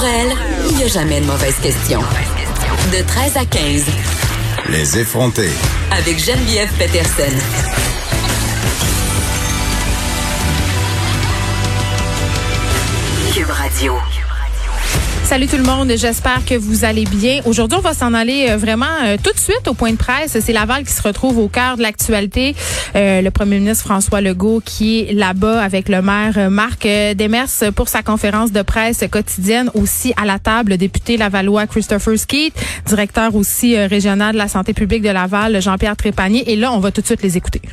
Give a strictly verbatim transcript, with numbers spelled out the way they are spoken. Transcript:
elle, il n'y a jamais de mauvaise question. De treize à quinze. Les effrontés. Avec Geneviève Peterson. Cube Radio. Salut tout le monde, j'espère que vous allez bien. Aujourd'hui, on va s'en aller euh, vraiment euh, tout de suite au point de presse. C'est Laval qui se retrouve au cœur de l'actualité. Euh, le premier ministre François Legault qui est là-bas avec le maire Marc Demers pour sa conférence de presse quotidienne. Aussi à la table, le député lavallois Christopher Skeet, directeur aussi euh, régional de la santé publique de Laval, Jean-Pierre Trépanier. Et là, on va tout de suite les écouter.